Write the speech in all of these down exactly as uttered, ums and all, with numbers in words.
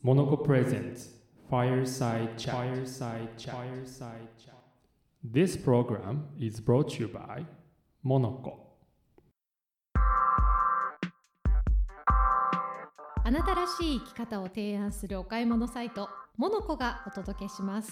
Monoco presents Fireside Chat. Fireside Chat. Fireside Chat. This program is brought to you by Monoco. あなたらしい生き方を提案するお買い物サイトモノコがお届けします。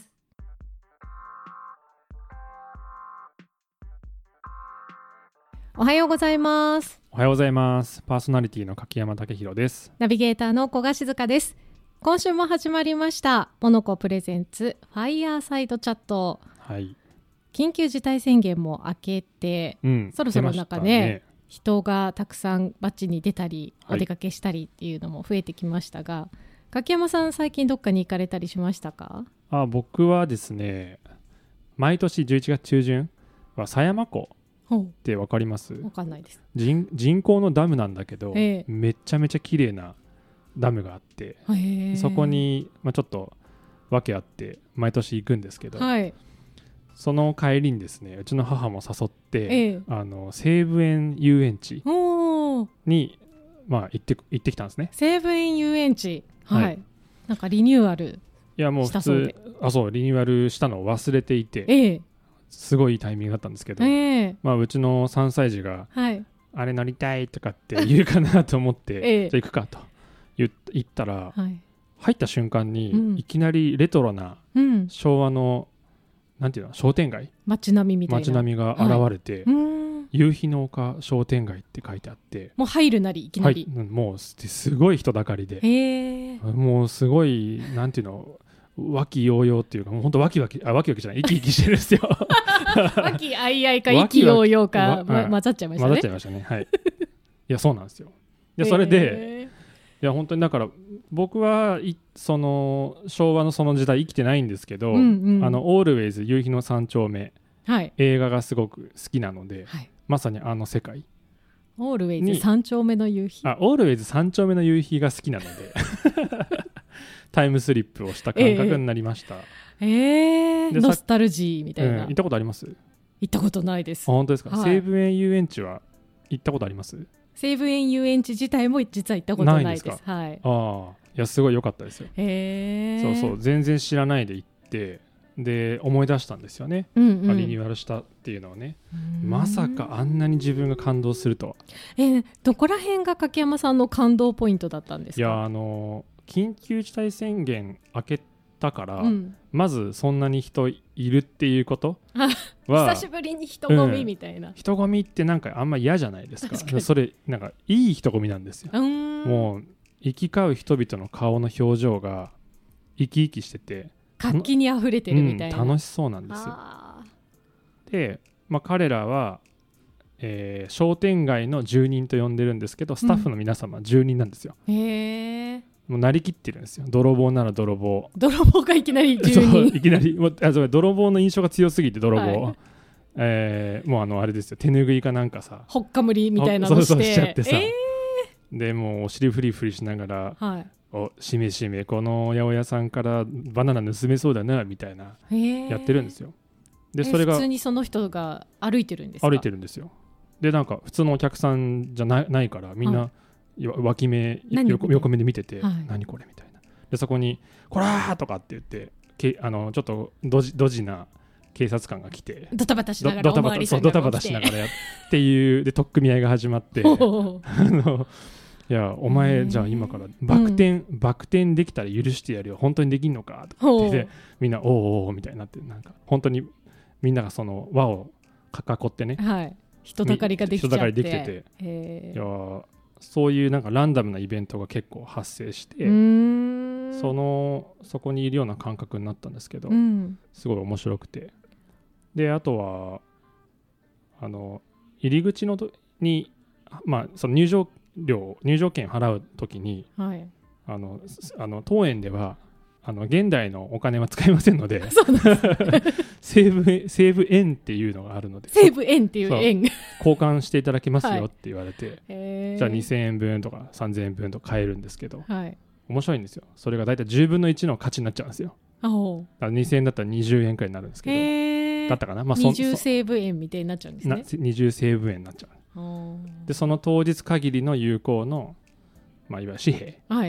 おはようございます。 おはようございます。パーソナリティの柿山武博です。 ナビゲーターの古賀静香です。今週も始まりましたモノコプレゼンツファイヤーサイドチャット、 はい、 緊急事態宣言も明けて、うん、そろそろなんか ね, ね人がたくさん街に出たり、はい、お出かけしたりっていうのも増えてきましたが、柿山さん最近どっかに行かれたりしましたか？ あ僕はですね、毎年じゅういちがつ中旬は狭山湖って分かります？ 分かんないです。 人, 人工のダムなんだけど、 えー、 めちゃめちゃ綺麗なダムがあって、 えー、 そこに、まあ、ちょっと訳あって毎年行くんですけど、 はい、 その帰りにですね、うちの母も誘って、 えー、 あの西武園遊園地に、まあ、行って行ってきたんですね。 西武園遊園地、はいはい、なんかリニューアルいやもう普通あそうリニューアルしたのを忘れていて、 えー、 すごいいいタイミングだったんですけど、 えーまあ、うちのさんさい児が、 はい、 あれ乗りたいとかって言うかなと思って、 えー、 じゃあ行くかと言ったら、 はい、 入った瞬間に、 うん、 いきなりレトロな昭和の、うん、なんていうの商店街街並みみたいな街並みが現れて、はい、うん夕日の丘商店街って書いてあって、 もう入るなりいきなり、 はい、もうすごい人だかりで、 へーもうすごいなんていうの和気揚々っていうか、もう本当ワキワキあワキワキじゃない生き生きしてるんですよ和気あいあいか意気揚々か、ま、混ざっちゃいましたね混ざっちゃいましたね、はい、いやそうなんですよ。でそれで、いや本当にだから僕はいその昭和のその時代生きてないんですけど、うんうん、あのオールウェイズ夕日の三丁目、はい、映画がすごく好きなので、はい、まさにあの世界オールウェイズ三丁目の夕日、 あオールウェイズ三丁目の夕日が好きなのでタイムスリップをした感覚になりました。 えー、えー、ノスタルジーみたいな、うん、 行ったことあります？ 行ったことないです。 本当ですか？ はい、 西武園遊園地は行ったことあります？ 西武園遊園地自体も実は行ったことないです。ないですか？はい、 あいやすごい良かったですよ。 へー、 そうそう全然知らないで行ってで思い出したんですよね、うんうん、リニューアルしたっていうのをね。まさかあんなに自分が感動するとは。 えー、どこら辺が柿山さんの感動ポイントだったんですか？ いやあの緊急事態宣言明けたから、うん、まずそんなに人いるっていうことは久しぶりに人混みみたいな、 うん、人混みってなんかあんま嫌じゃないですか。それなんかいい人混みなんですよ。うんもう行き交う人々の顔の表情が生き生きしてて活気にあふれてるみたいな、 うん、楽しそうなんですよ。で、まあ、彼らは、えー、商店街の住人と呼んでるんですけど、スタッフの皆様は住人なんですよ、 うん、へー、 もうなりきってるんですよ。泥棒なら泥棒泥棒がいきなり住人いきなりもうあ泥棒の印象が強すぎて泥棒、はい、えー、もうあのあれですよ、手ぬぐいかなんかさほっかむりみたいなのしてそうそうしちゃってさ、 えー、でもうお尻フリフリしながら、はい、おしめしめこの八百屋さんからバナナ盗めそうだなみたいなやってるんですよ。でそれが普通にその人が歩いてるんですか？ 歩いてるんですよ。でなんか普通のお客さんじゃ な, ないからみんな、はい、脇目 横, 横目で見てて、はい、何これみたいな。でそこにこらーとかって言ってけあのちょっとドジ、ドジな警察官が来てドタバタしながらおまわりさんが来てドタバタしながらやっていうで取っ組み合いが始まってあのいやお前じゃあ今からバク転、うん、バク転できたら許してやるよ本当にできんのかとかってでみんなおーおーおーみたいになってなんか本当にみんながその輪を囲ってね、 はい、人だかりができちゃって人だかりできてて、えー、いやそういうなんかランダムなイベントが結構発生してうーんそのそこにいるような感覚になったんですけど、うん、すごい面白くてであとはあの入り口のとに、まあ、その入場料入場券払うときに、はい、あのあの当園ではあの現代のお金は使いませんのでそうなんです西武西武円っていうのがあるので西武円っていう円交換していただけますよって言われて、はい、じゃあにせんえんぶんとかさんぜんえんぶんとか買えるんですけど、はい、面白いんですよ。それがだいたいじゅうぶんのいちの価値になっちゃうんですよ。あだからにせんえんだったらにじゅうえんくらいになるんですけどだったかな、まあ、 にじゅう西武円みたいになっちゃうんですね。 にじゅう西武円になっちゃう。でその当日限りの有効の、まあ、いわゆる紙幣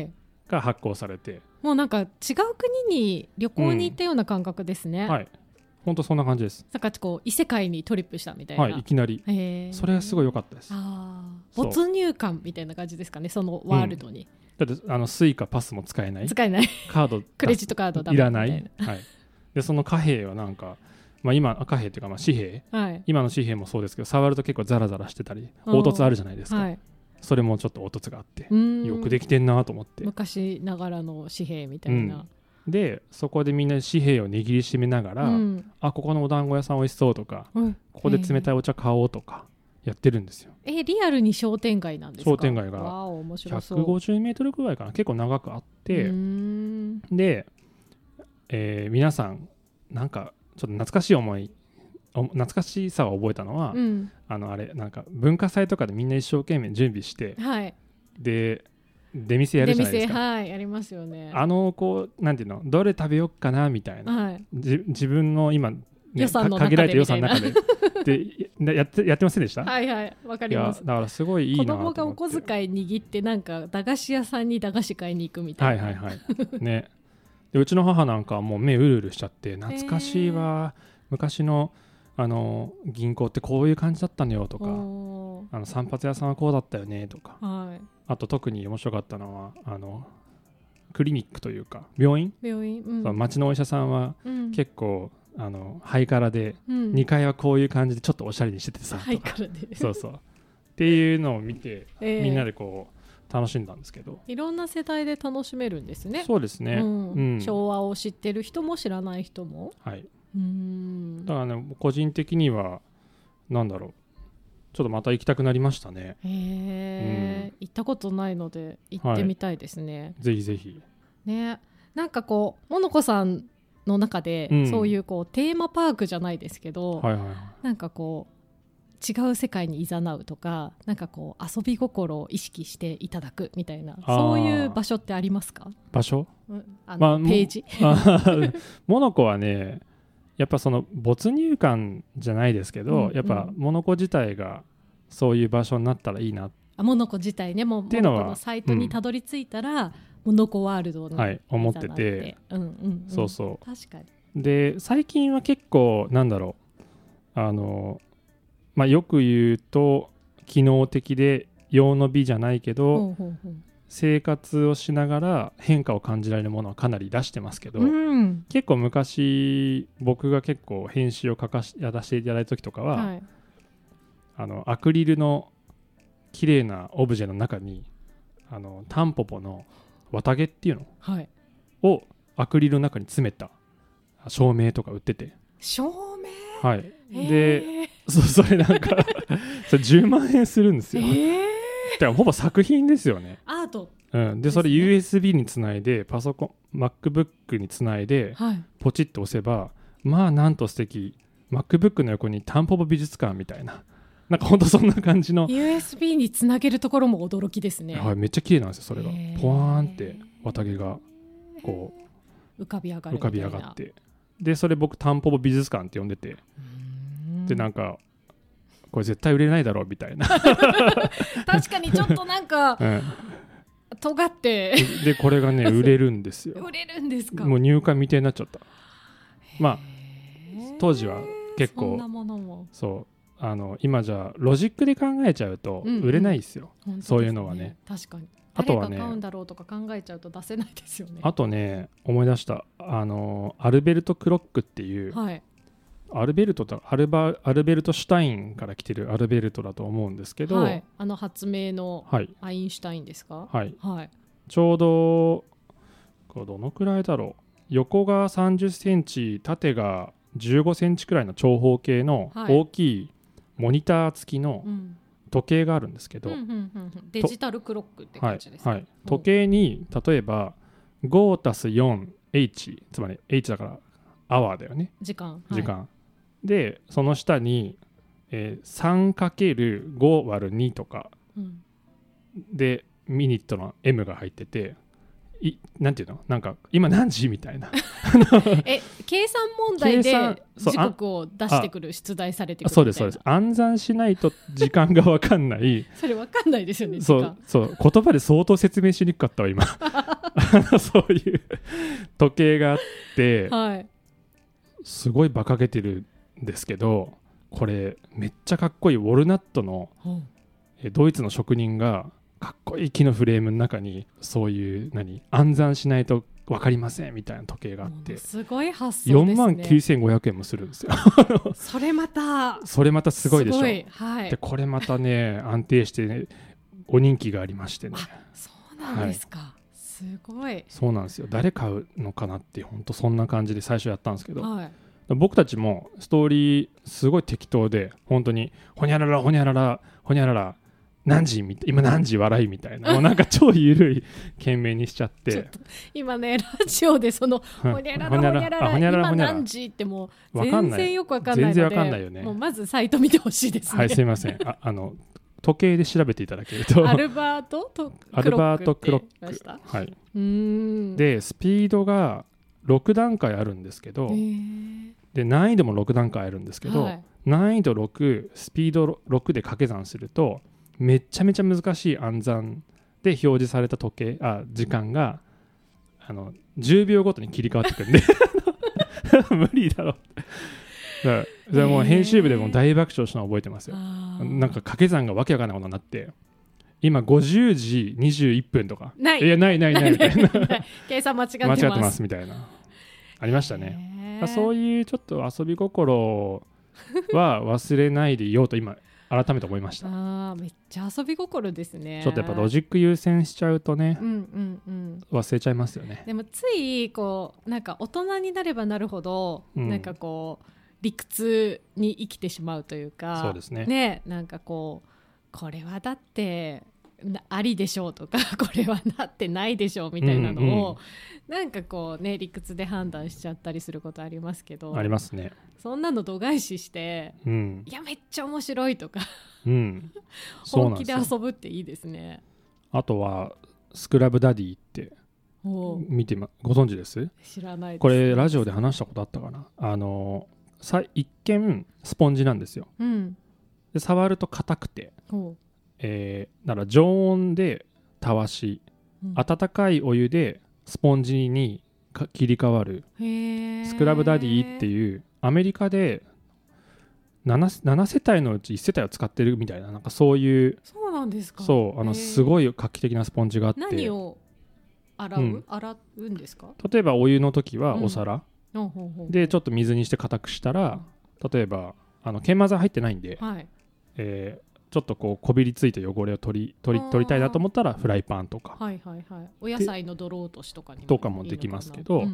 が発行されて、 もうなんか違う国に旅行に行ったような感覚ですね、 うん、はい、本当そんな感じです。 なんかこう異世界にトリップしたみたいな、 はい、いきなり、それがすごい良かったです。 あ、没入感みたいな感じですかね、そのワールドに、 うん、だってあのスイカパスも使えない、 使えないカードクレジットカードだいらない、はい、でその貨幣はなんか、まあ、今貨幣っていうかまあ紙幣、はい、今の紙幣もそうですけど触ると結構ザラザラしてたり凹凸あるじゃないですか、はい、それもちょっと凹凸があってよくできてんなと思って、 昔ながらの紙幣みたいな、 うん、でそこでみんな紙幣を握りしめながら、うん、あここのお団子屋さん美味しそうとか、うん、ここで冷たいお茶買おうとかやってるんですよ。 えリアルに商店街なんですか？ 商店街がひゃくごじゅうメートルぐらいかな、結構長くあって、で、えー、皆さんなんかちょっと懐かしい思い懐かしさを覚えたのは、うん、あのあれなんか文化祭とかでみんな一生懸命準備して、はい、で出店やるじゃないですか。 出店、はい、やりますよね。 あのこうなんていうの、どれ食べよっかなみたいな、はい、じ自分の今、ね、 予算の中で限られた予算の中ででやってやってませんでした？ はいはい、わかります。 いやだからすごいいいなと思って。 子供がお小遣い握ってなんか駄菓子屋さんに駄菓子買いに行くみたいな。 はいはいはいね。でうちの母なんかはもう目うるうるしちゃって懐かしいわ、昔のあの銀行ってこういう感じだったのよとか、あの散髪屋さんはこうだったよねとか、はい、あと特に面白かったのはあのクリニックというか病院、 病院、うん、 その町のお医者さんは結構、うん、あのハイカラで、うん、にかいはこういう感じでちょっとおしゃれにしててさ、 ハイカラでそうそうっていうのを見て、えー、みんなでこう楽しんだんですけど、 いろんな世代で楽しめるんですね。 そうですね、うんうん、昭和を知ってる人も知らない人も、 はい、うーんだからね個人的にはなんだろう、ちょっとまた行きたくなりましたね。 へー、うん、行ったことないので行ってみたいですね、はい、 ぜひぜひね。なんかこうモノコさんの中で、うん、そういうこうテーマパークじゃないですけど、はいはいはい、なんかこう違う世界に誘うとか、なんかこう遊び心を意識していただくみたいな、そういう場所ってありますか？ 場所、 うん、あの、まあ、ページモノコはねやっぱその没入感じゃないですけど、うんうん、やっぱモノコ自体がそういう場所になったらいいな。 あ、モノコ自体ね、もうモノコのサイトにたどり着いたら、うん、モノコワールドに、 はい、思ってて、 うんうんうん、 そうそう、 確かに。 で最近は結構なんだろう、あのまあ、よく言うと機能的で用の美じゃないけど、ほうほうほう、生活をしながら変化を感じられるものはかなり出してますけど、うん、結構昔僕が結構編集を書かしやらせていただいた時とかは、はい、あのアクリルの綺麗なオブジェの中にあのタンポポの綿毛っていうの、はい、をアクリルの中に詰めた照明とか売ってて、 照明、 はい、で そ, それなんかそれじゅうまんえんするんですよ、えー、だからほぼ作品ですよね、 アート、 うん、でそれ ユーエスビー につないでパソコン MacBook につないで、はい、ポチッと押せばまあなんと素敵、 MacBook の横にタンポポ美術館みたいな、なんかほんとそんな感じのユーエスビー につなげるところも驚きですね、 はい、めっちゃ綺麗なんですよ。それがポワーンって綿毛がこう浮かび上がる浮かび上がって、でそれ僕タンポポ美術館って呼んでて、でなんかこれ絶対売れないだろうみたいな確かにちょっとなんか、うん、尖ってでこれがね売れるんですよ売れるんですか？ もう入荷未定になっちゃった。まあ当時は結構そんなものも、 そうあの今じゃロジックで考えちゃうと売れないですよ、うんうん、そういうのはね。 確かにあとはね、誰が買うんだろうとか考えちゃうと出せないですよね。 あとね思い出した、あのアルベルト・クロックっていう、はい、アルベルトとアルバアルベルト・シュタインから来てるアルベルトだと思うんですけど、はい、 あの発明のアインシュタインですか？ はい、はい、ちょうどこれどのくらいだろう、横がさんじゅっセンチ縦がじゅうごセンチくらいの長方形の大きいモニター付きの時計があるんですけど、うんうんうんうん、 デジタルクロックって感じですね、はいはい、 時計に例えば ごたすよんエイチ つまり H だからアワーだよね、 時間、 時間、はい、でその下に、えー、さんかけるごわるに とか、うん、でミニットの M が入ってていなんていうのなんか今何時みたいなえ計算問題で時刻を出してくる出題されてくるみたいな。 そうですそうです。暗算しないと時間が分かんないそれ分かんないですよね。 そうそう言葉で相当説明しにくかったわ今そういう時計があって、はい、すごい馬鹿げてるんですけど、これめっちゃかっこいいウォルナットの、うん、えドイツの職人がかっこいい木のフレームの中にそういう何暗算しないと分かりませんみたいな時計があって、 すごい発想ですね。よんまんきゅうせんごひゃくえんもするんですよそれまたそれまたすごいでしょ。 すごい、はい、 でこれまたね安定して、ね、お人気がありましてね。 あ、そうなんですか、はい、すごい。 そうなんですよ。誰買うのかなって本当そんな感じで最初やったんですけど、 はい、 僕たちもストーリーすごい適当で本当にほにゃららほにゃららほにゃらら何時みたい今何時笑いみたいなもうなんか超ゆるい件名にしちゃってちょっと今ねラジオでそのほにゃららほにゃらら今何時ってもう全然よくわかんないので全然わかんないよね。 もうまずサイト見てほしいですね。 はいすいません。ああの時計で調べていただけるとアルバートとアルバートクロック、はい、うーんでスピードがろく段階あるんですけど、で難易度もろく段階あるんですけど、はい、難易度ろくスピードろくで掛け算するとめちゃめちゃ難しい暗算で表示された時計あ時間があのじゅうびょうごとに切り替わってくるんで無理だろだからそれもう編集部でも大爆笑したの覚えてますよ。なんか掛け算がわけわかんないことになって今ごじゅうじにじゅういっぷんとかないいやないないないみたいな計算間違ってます間違ってますみたいなありましたね。そういうちょっと遊び心は忘れないでいようと今改めて思いました。 あめっちゃ遊び心ですね。 ちょっとやっぱロジック優先しちゃうとね、 うんうんうん、 忘れちゃいますよね。 でもついこうなんか大人になればなるほど、うん、なんかこう理屈に生きてしまうというか、 そうですね。 ね、なんかこうこれはだってありでしょうとかこれはなってないでしょうみたいなのを、うんうん、なんかこうね理屈で判断しちゃったりすることありますけど、 ありますね。 そんなの度外視して、うん、いやめっちゃ面白いとか、うん、本気で遊ぶっていいですね。 あとはスクラブダディって見て、ま、ご存知です？ 知らないです。 これラジオで話したことあったかな。あのさ一見スポンジなんですよ、うん、で触ると硬くて、えー、だから常温でたわし、うん、温かいお湯でスポンジに切り替わるスクラブダディっていうアメリカで 7, なな世帯のうちいち世帯を使ってるみたいな、なんかそういうそうなんですか。 そうあのすごい画期的なスポンジがあって、 何を洗う、うん、洗うんですか？ 例えばお湯の時はお皿、うん、でちょっと水にして固くしたら、例えばあの研磨剤入ってないんで、はいえー、ちょっとこうこびりついた汚れを取り取り取りたいなと思ったらフライパンとか、 はいはいはい、お野菜の泥落としとかにもとかもできますけど、 うんうん、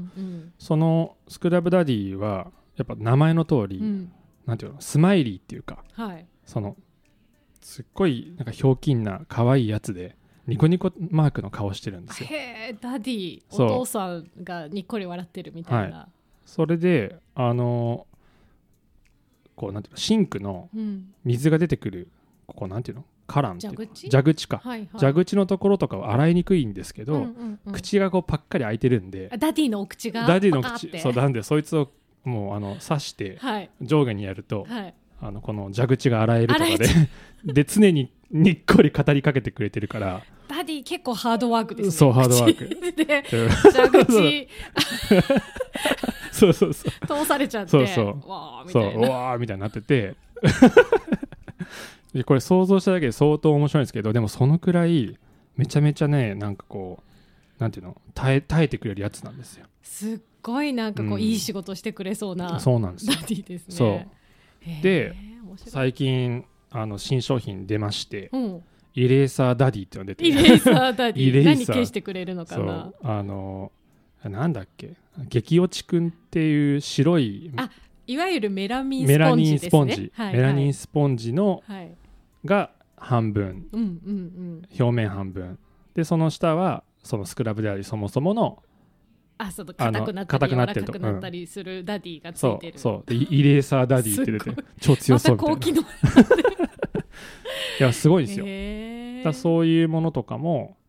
そのスクラブダディはやっぱ名前の通り、うん、なんていうのスマイリーっていうか、はい、そのすっごいなんかひょうきんな可愛いやつでニコニコマークの顔してるんですよ。 へー、ダディお父さんがにっこり笑ってるみたいな、 はい、それであのこうなんていうのシンクの水が出てくる、うん、ここなんていうのカランっていう蛇口蛇口か、 はいはい、 蛇口のところとかは洗いにくいんですけど、うんうんうん、口がこうパッカリ開いてるんで、 ダディのお口がダディの口そうなんでそいつをもうあの刺して上下にやると、はい、あのこの蛇口が洗えるとかでで常ににっこり語りかけてくれてるから、 ダディ結構ハードワークですね。 そうハードワークで蛇口そうそうそう通されちゃってそうそうわーみたいなそうわーみたいになっててこれ想像しただけで相当面白いんですけど、でもそのくらいめちゃめちゃねなんかこうなんていうの耐え、耐えてくれるやつなんですよ。 すっごいなんかこう、うん、いい仕事してくれそうなそうなんですよダディですね。 そうで最近あの新商品出まして、うん、イレーサーダディってのが出てイレーサーダディ何消してくれるのかな。 そうあのなんだっけ激落ちくんっていう白いあいわゆるメラミンスポンジですね。メラニンスポンジ、 はいはい、メラニンスポンジの、はい、が半分、うんうんうん、表面半分でその下はそのスクラブでありそもそものあその硬くなったり柔らかくなったりするダディがついてる、 うん、そうそうでイレーサーダディって出て超強そうみたいな、ま、た高機能いやすごいですよ。だそういうものとかも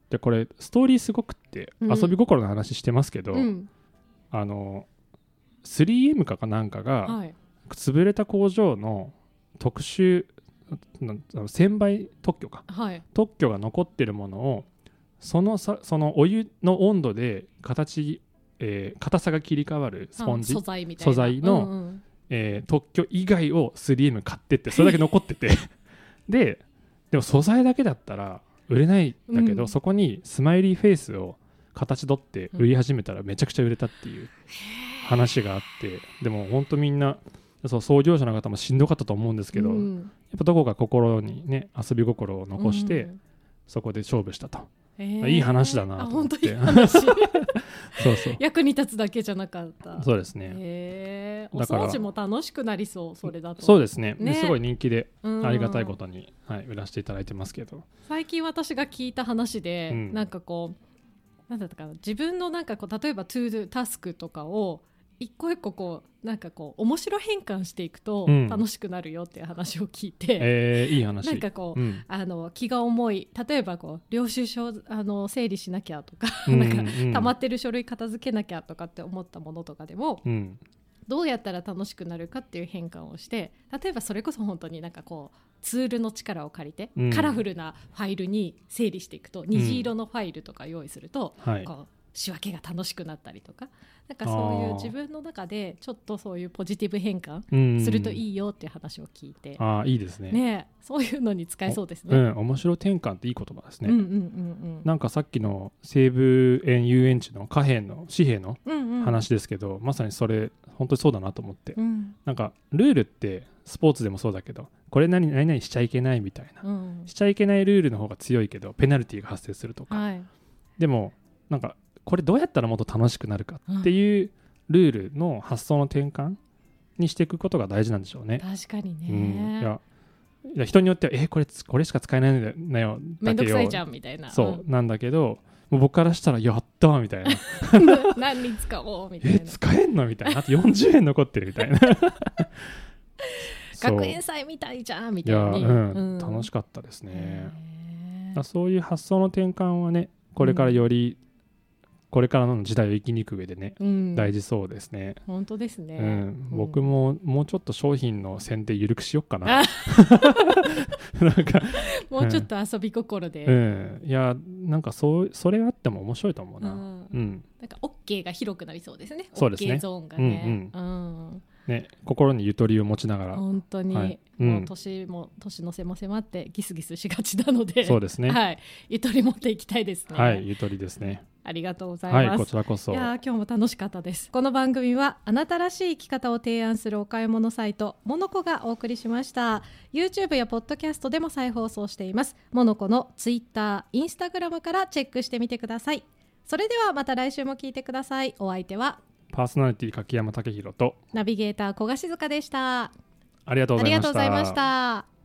でこれストーリーすごくって、うん、遊び心の話してますけど、うん、あの スリーエム かなんかが、はい、潰れた工場の特殊専売特許か、はい、特許が残ってるものをそのさそのお湯の温度で形、えー、硬さが切り替わるスポンジ、 素材みたいな素材の、うんうんえー、特許以外を スリーエム 買ってってそれだけ残っててででも素材だけだったら売れないんだけど、うん、そこにスマイリーフェイスを形取って売り始めたらめちゃくちゃ売れたっていう話があって、うん、でも本当みんなそう創業者の方もしんどかったと思うんですけど、うん、やっぱどこか心にね遊び心を残して、うん、そこで勝負したと、えー、いい話だなと思って。 あ、本当にいい話そうそう役に立つだけじゃなかった。 そうですね、 えー、お掃除も楽しくなりそう。それだとそうですね、ね、すごい人気でありがたいことに、はい、売らせていただいてますけど、 最近私が聞いた話で、うん、なんかこうなんだったかな、自分のなんかこう例えばトゥードゥタスクとかを一個一個こうなんかこう面白変換していくと楽しくなるよっていう話を聞いて、うんえー、いい話。 なんかこう、うん、あの気が重い、例えばこう領収書あの整理しなきゃとか、うん、なんか溜まってる書類片付けなきゃとかって思ったものとかでも、うん、どうやったら楽しくなるかっていう変換をして、例えばそれこそ本当になんかこうツールの力を借りて、うん、カラフルなファイルに整理していくと、虹色のファイルとか用意すると、うん、こう仕分けが楽しくなったりとか、なんかそういう自分の中でちょっとそういうポジティブ変換するといいよっていう話を聞いて、 うん、あいいですね。 ね、そういうのに使えそうですね。 うん、面白転換っていい言葉ですね、うんうんうんうん、なんかさっきの西武園遊園地の貨幣の紙幣の話ですけど、うんうん、まさにそれ本当にそうだなと思って、うん、なんかルールってスポーツでもそうだけど、これ何々何々しちゃいけないみたいな、うん、しちゃいけないルールの方が強いけどペナルティが発生するとか、はい、でもなんかこれどうやったらもっと楽しくなるかっていうルールの発想の転換にしていくことが大事なんでしょうね。 確かにね、 うん、いやいや人によってはえこれこれしか使えないんだよめんどくさいじゃんみたいな、 そう、うん、なんだけどもう僕からしたらやったーみたいな何に使おうみたいな、 え使えんのみたいな、あとよんじゅうえん残ってるみたいな学園祭みたいじゃんみたいに、 いや、うんうん、楽しかったですね。だそういう発想の転換はね、これからより、うん、これからの時代を生きに行く上でね、うん、大事そうですね。 本当ですね、 うんうん、僕ももうちょっと商品の選定緩くしよっかななんかもうちょっと遊び心で、 うんうん、いやなんかそうそれがあっても面白いと思うな、うんうん、なんか OK が広くなりそうですね。 そうですね、 OK ゾーンがね、 うんうんうんね、心にゆとりを持ちながら本当に、はい、もう年も年の瀬も迫ってギスギスしがちなので、 そうですね、 はい、ゆとり持っていきたいですね。 はい、ゆとりですね。 ありがとうございます、 はい、こちらこそ。 いや今日も楽しかったです。この番組はあなたらしい生き方を提案するお買い物サイトモノコがお送りしました。 YouTube やポッドキャストでも再放送しています。モノコの Twitter、Instagram からチェックしてみてください。それではまた来週も聞いてください。お相手はパーソナリティ柿山武宏とナビゲーター小賀静香でした。 ありがとうございました。 ありがとうございました。